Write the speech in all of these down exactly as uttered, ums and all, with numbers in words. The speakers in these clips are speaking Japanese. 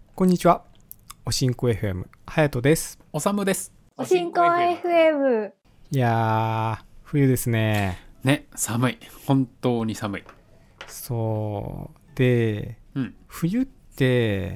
こんにちは。おしんこ エフエム はやとです。 おさむです。 おしんこ エフエム。 いやー冬ですね。 ね、寒い。本当に寒い。 そうで、 うん、 冬って、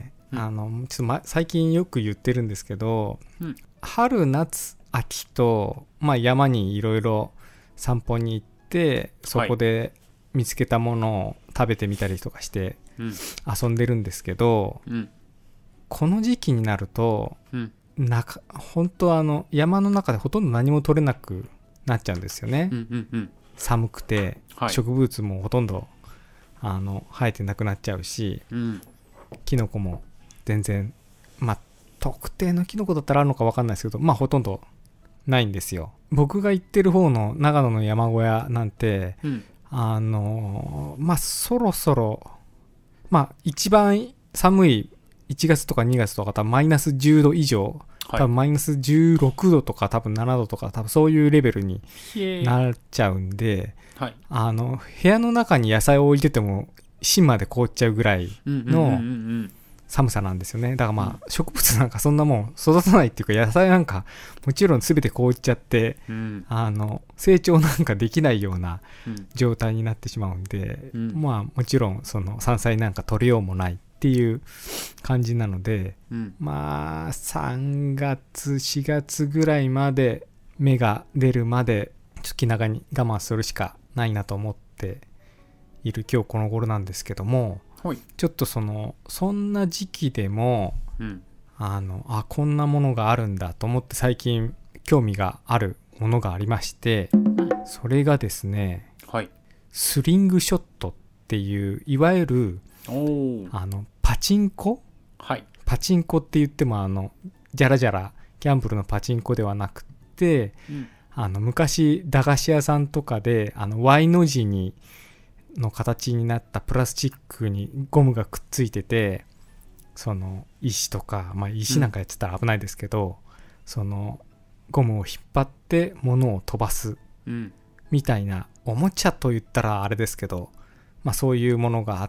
うん、 あのちょっと、ま、最近よく言ってるんですけど、 うん、 春夏秋と、まあ、山にいろいろ散歩に行ってそこで見つけたものを食べてみたりとかして遊んでるんですけど、 うん、 この時期になると、 うん、 中本当はあの山の中でほとんど何も取れなくなっちゃうんですよね、 うん、うん、うん、 寒くて、 はい、 植物もほとんどあの生えてなくなっちゃうし、 うん、 キノコも全然、まあ特定のキノコだったらあるのか分かんないですけど、まあほとんどないんですよ。僕が行ってる方の長野の山小屋なんて、 うん、 あのまあそろそろまあ一番寒いいちがつとかにがつとか多分マイナスじゅうど以上、 はい、 多分マイナスじゅうろくどとか多分ななどとか多分そういうレベルになっちゃうんで、 はい、 あの部屋の中に野菜を置いてても芯まで凍っちゃうぐらいの寒さなんですよね。だからまあ植物なんかそんなもん育たないっていうか、野菜なんかもちろん全て凍っちゃって、うん、あの成長なんかできないような状態になってしまうんで、うん、まあもちろんその山菜なんか取れようもないっていう感じなので、うん、まあさんがつしがつぐらいまで芽が出るまでちょっと気長に我慢するしかないなと思っている今日この頃なんですけども、ちょっとそのそんな時期でも、うん、あのあこんなものがあるんだと思って最近興味があるものがありまして、それがですね、はい、スリングショットっていういわゆるあのパチンコ、はい、パチンコって言ってもあのジャラジャラギャンブルのパチンコではなくて、うん、あの昔駄菓子屋さんとかであの Y の字にの形になったプラスチックにゴムがくっついてて、その石とか、まあ、石なんかやってたら危ないですけど、うん、そのゴムを引っ張って物を飛ばすみたいな、おもちゃと言ったらあれですけど、まあ、そういうものがあって、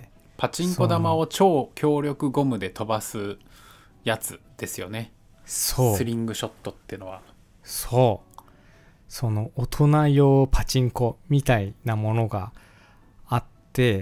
パチンコ玉を超強力ゴムで飛ばすやつですよね。そうスリングショットってのは、 そうその大人用パチンコみたいなものがあって、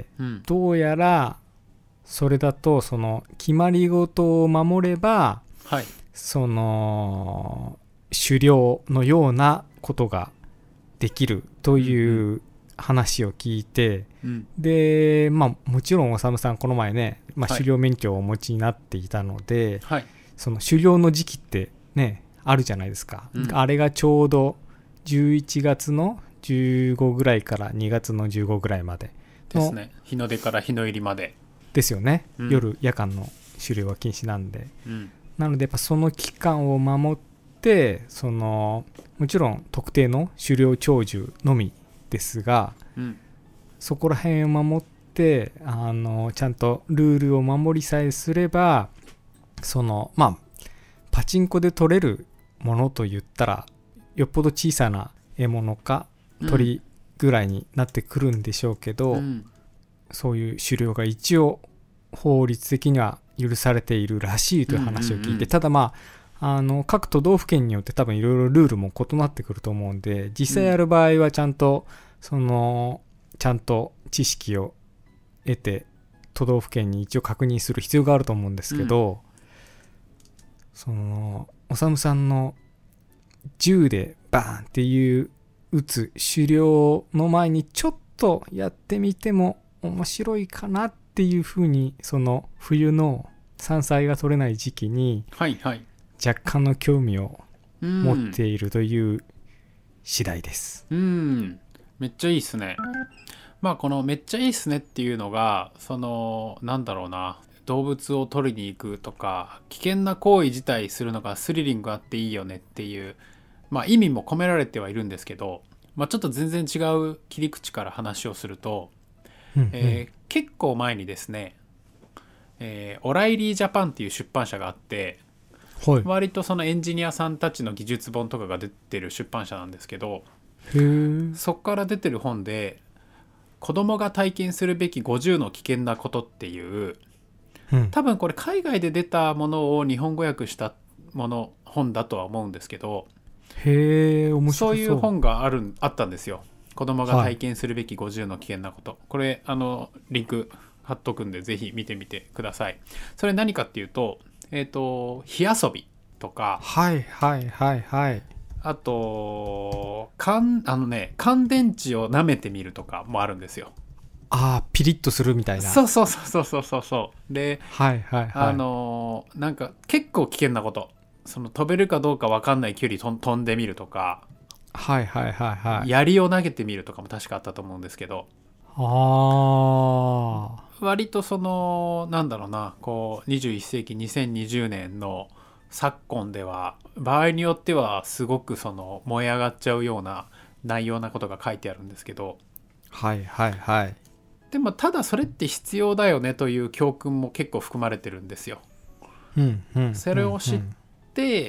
うん、どうやらそれだとその決まり事を守れば、はい、その狩猟のようなことができるという話を聞いて、うんうん、でまあもちろんおさむさんこの前ね、まあ、狩猟免許をお持ちになっていたので、はい、その狩猟の時期ってねあるじゃないですか、うん、あれがちょうどじゅういちがつのじゅうごぐらいからにがつのじゅうごぐらいまでですね。日の出から日の入りまでですよね、うん、夜夜間の狩猟は禁止なんで、うん、なのでやっぱその期間を守ってそのもちろん特定の狩猟鳥獣のみですが、うん、そこら辺を守ってあのちゃんとルールを守りさえすれば、そのまあパチンコで取れるものと言ったらよっぽど小さな獲物か鳥ぐらいになってくるんでしょうけど、うん、そういう狩猟が一応法律的には許されているらしいという話を聞いて、うんうんうん、ただまあ、あの各都道府県によって多分いろいろルールも異なってくると思うんで、実際やる場合はちゃんと、うん、そのちゃんと知識を得て都道府県に一応確認する必要があると思うんですけど、うん、そのおさむさんの銃でバーンっていう撃つ狩猟の前にちょっとやってみても面白いかなっていう風に、その冬の山菜が取れない時期に若干の興味を持っているという次第です。 うん、うんめっちゃいいっすね。まあこのめっちゃいいっすねっていうのが、そのなんだろうな、動物を取りに行くとか危険な行為自体するのがスリリングあっていいよねっていう、まあ、意味も込められてはいるんですけど、まあ、ちょっと全然違う切り口から話をすると、うんうんえー、結構前にですね、えー、オライリージャパンっていう出版社があって、はい、割とそのエンジニアさんたちの技術本とかが出てる出版社なんですけど、 へーそこから出てる本で子供が体験するべきごじゅうの危険なことっていううん、 多分これ海外で出たものを日本語訳したもの本だとは思うんですけど、 へえ、面白そう。 そういう本があるあったんですよ。子供が体験するべきごじゅうの危険なこと、はい、これあのリンク貼っとくんでぜひ見てみてください。それ何かっていうと、えっと火遊びとか、 はいはいはいはい、 あとかんあのね乾電池を舐めてみるとかもあるんですよ。 ああ、ピリッとするみたいな。 そうそうそうそうそうそうで、 はいはいはい、 あのなんか結構危険なこと、その飛べるかどうか分かんない距離と飛んでみるとか、 はいはいはいはい、 槍を投げてみるとかも確かあったと思うんですけど、 ああ、 割とそのなんだろうな、こうにじゅういっせいきにせんにじゅうねんの昨今では場合によってはすごくその燃え上がっちゃうような内容なことが書いてあるんですけど、 はいはいはい、 でもただそれって必要だよねという教訓も結構含まれてるんですよ。 うんうん、 それを知って、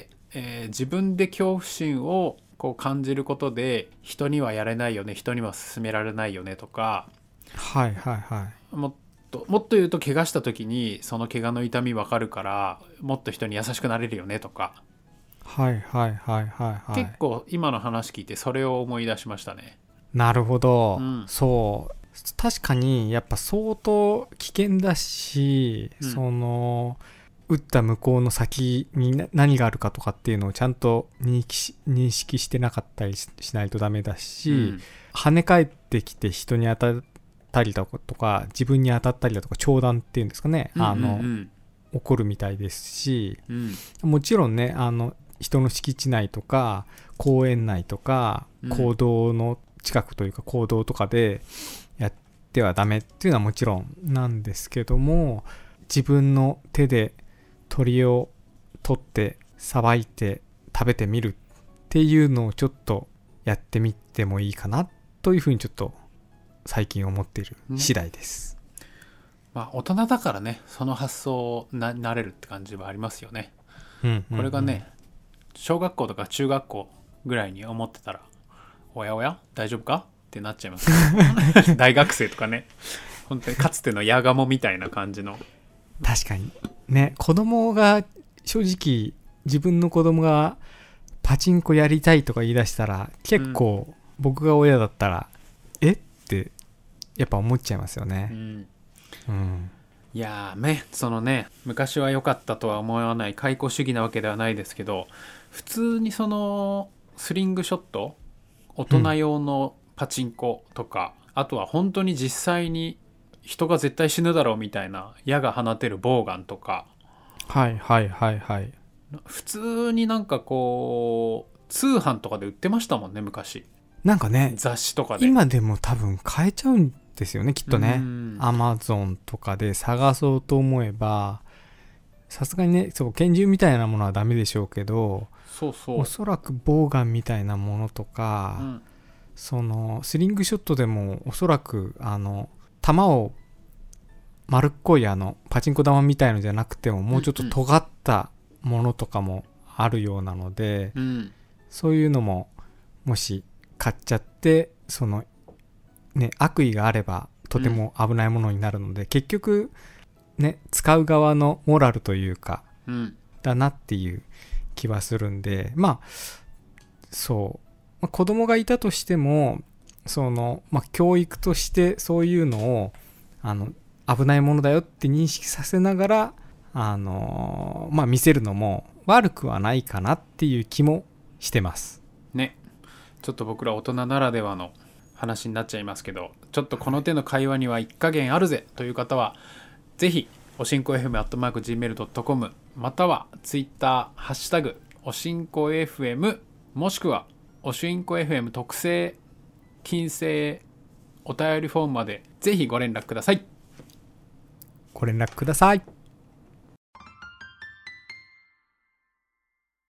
えー自分で恐怖心をこう感じることで、人にはやれないよね、人には勧められないよねとか、 はいはいはい、 もっともっと言うと怪我した時にその怪我の痛み分かるからもっと人に優しくなれるよねとか、 はいはいはいはいはい、 結構今の話聞いてそれを思い出しましたね。 なるほど、 うん、 そう確かにやっぱ相当危険だし、 うん、 その撃った向こうの先に何があるかとかっていうのをちゃんと認識し、認識してなかったり し, しないとダメだし、うん、跳ね返ってきて人に当たったりだとか自分に当たったりだとか長弾っていうんですかね、うんうんうん、あの起こるみたいですし、うん、もちろんね、あの人の敷地内とか公園内とか公道の近くというか公道とかでやってはダメっていうのはもちろんなんですけども、自分の手で鳥を取ってさばいて食べてみるっていうのをちょっとやってみてもいいかなというふうにちょっと最近思っている次第です、 ね、まあ大人だからね、その発想に な, なれるって感じはありますよね、うんうんうん、これがね小学校とか中学校ぐらいに思ってたら、おやおや大丈夫かってなっちゃいますね大学生とかね、本当にかつてのヤガモみたいな感じの。 確かにね、子供が正直自分の子供がパチンコやりたいとか言い出したら結構僕が親だったら、うん、えってやっぱ思っちゃいますよね、うんうん、いやーね、そのね昔は良かったとは思わない解雇主義なわけではないですけど、普通にそのスリングショット、大人用のパチンコとか、うん、あとは本当に実際に人が絶対死ぬだろうみたいな矢が放てるボウガンとか、 はいはいはいはい、 普通になんかこう通販とかで売ってましたもんね昔。 なんかね雑誌とかで。 今でも多分買えちゃうんですよねきっとね。アマゾンとかで探そうと思えば、さすがにね、そう拳銃みたいなものはダメでしょうけど、 そうそう、 おそらくボウガンみたいなものとか、うん、そのスリングショットでもおそらくあの弾を丸っこいあのパチンコ玉みたいのじゃなくてももうちょっと尖ったものとかもあるようなので、うん、そういうのももし買っちゃってそのね悪意があればとても危ないものになるので、うん、結局ね使う側のモラルというか、うん、だなっていう気はするんで、まあそう、まあ、子供がいたとしてもその、まあ、教育としてそういうのをあの危ないものだよって認識させながらあのまあ見せるのも悪くはないかなっていう気もしてますね。ちょっと僕ら大人ならではの話になっちゃいますけど、ちょっとこの手の会話には一加減あるぜという方はぜひおしんこ エフエム アットマーク ジーメール ドットコム またはツイッターハッシュタグおしんこ エフエム もしくはおしんこ エフエム 特製金星お便りフォームまでぜひご連絡ください。 ご連絡ください。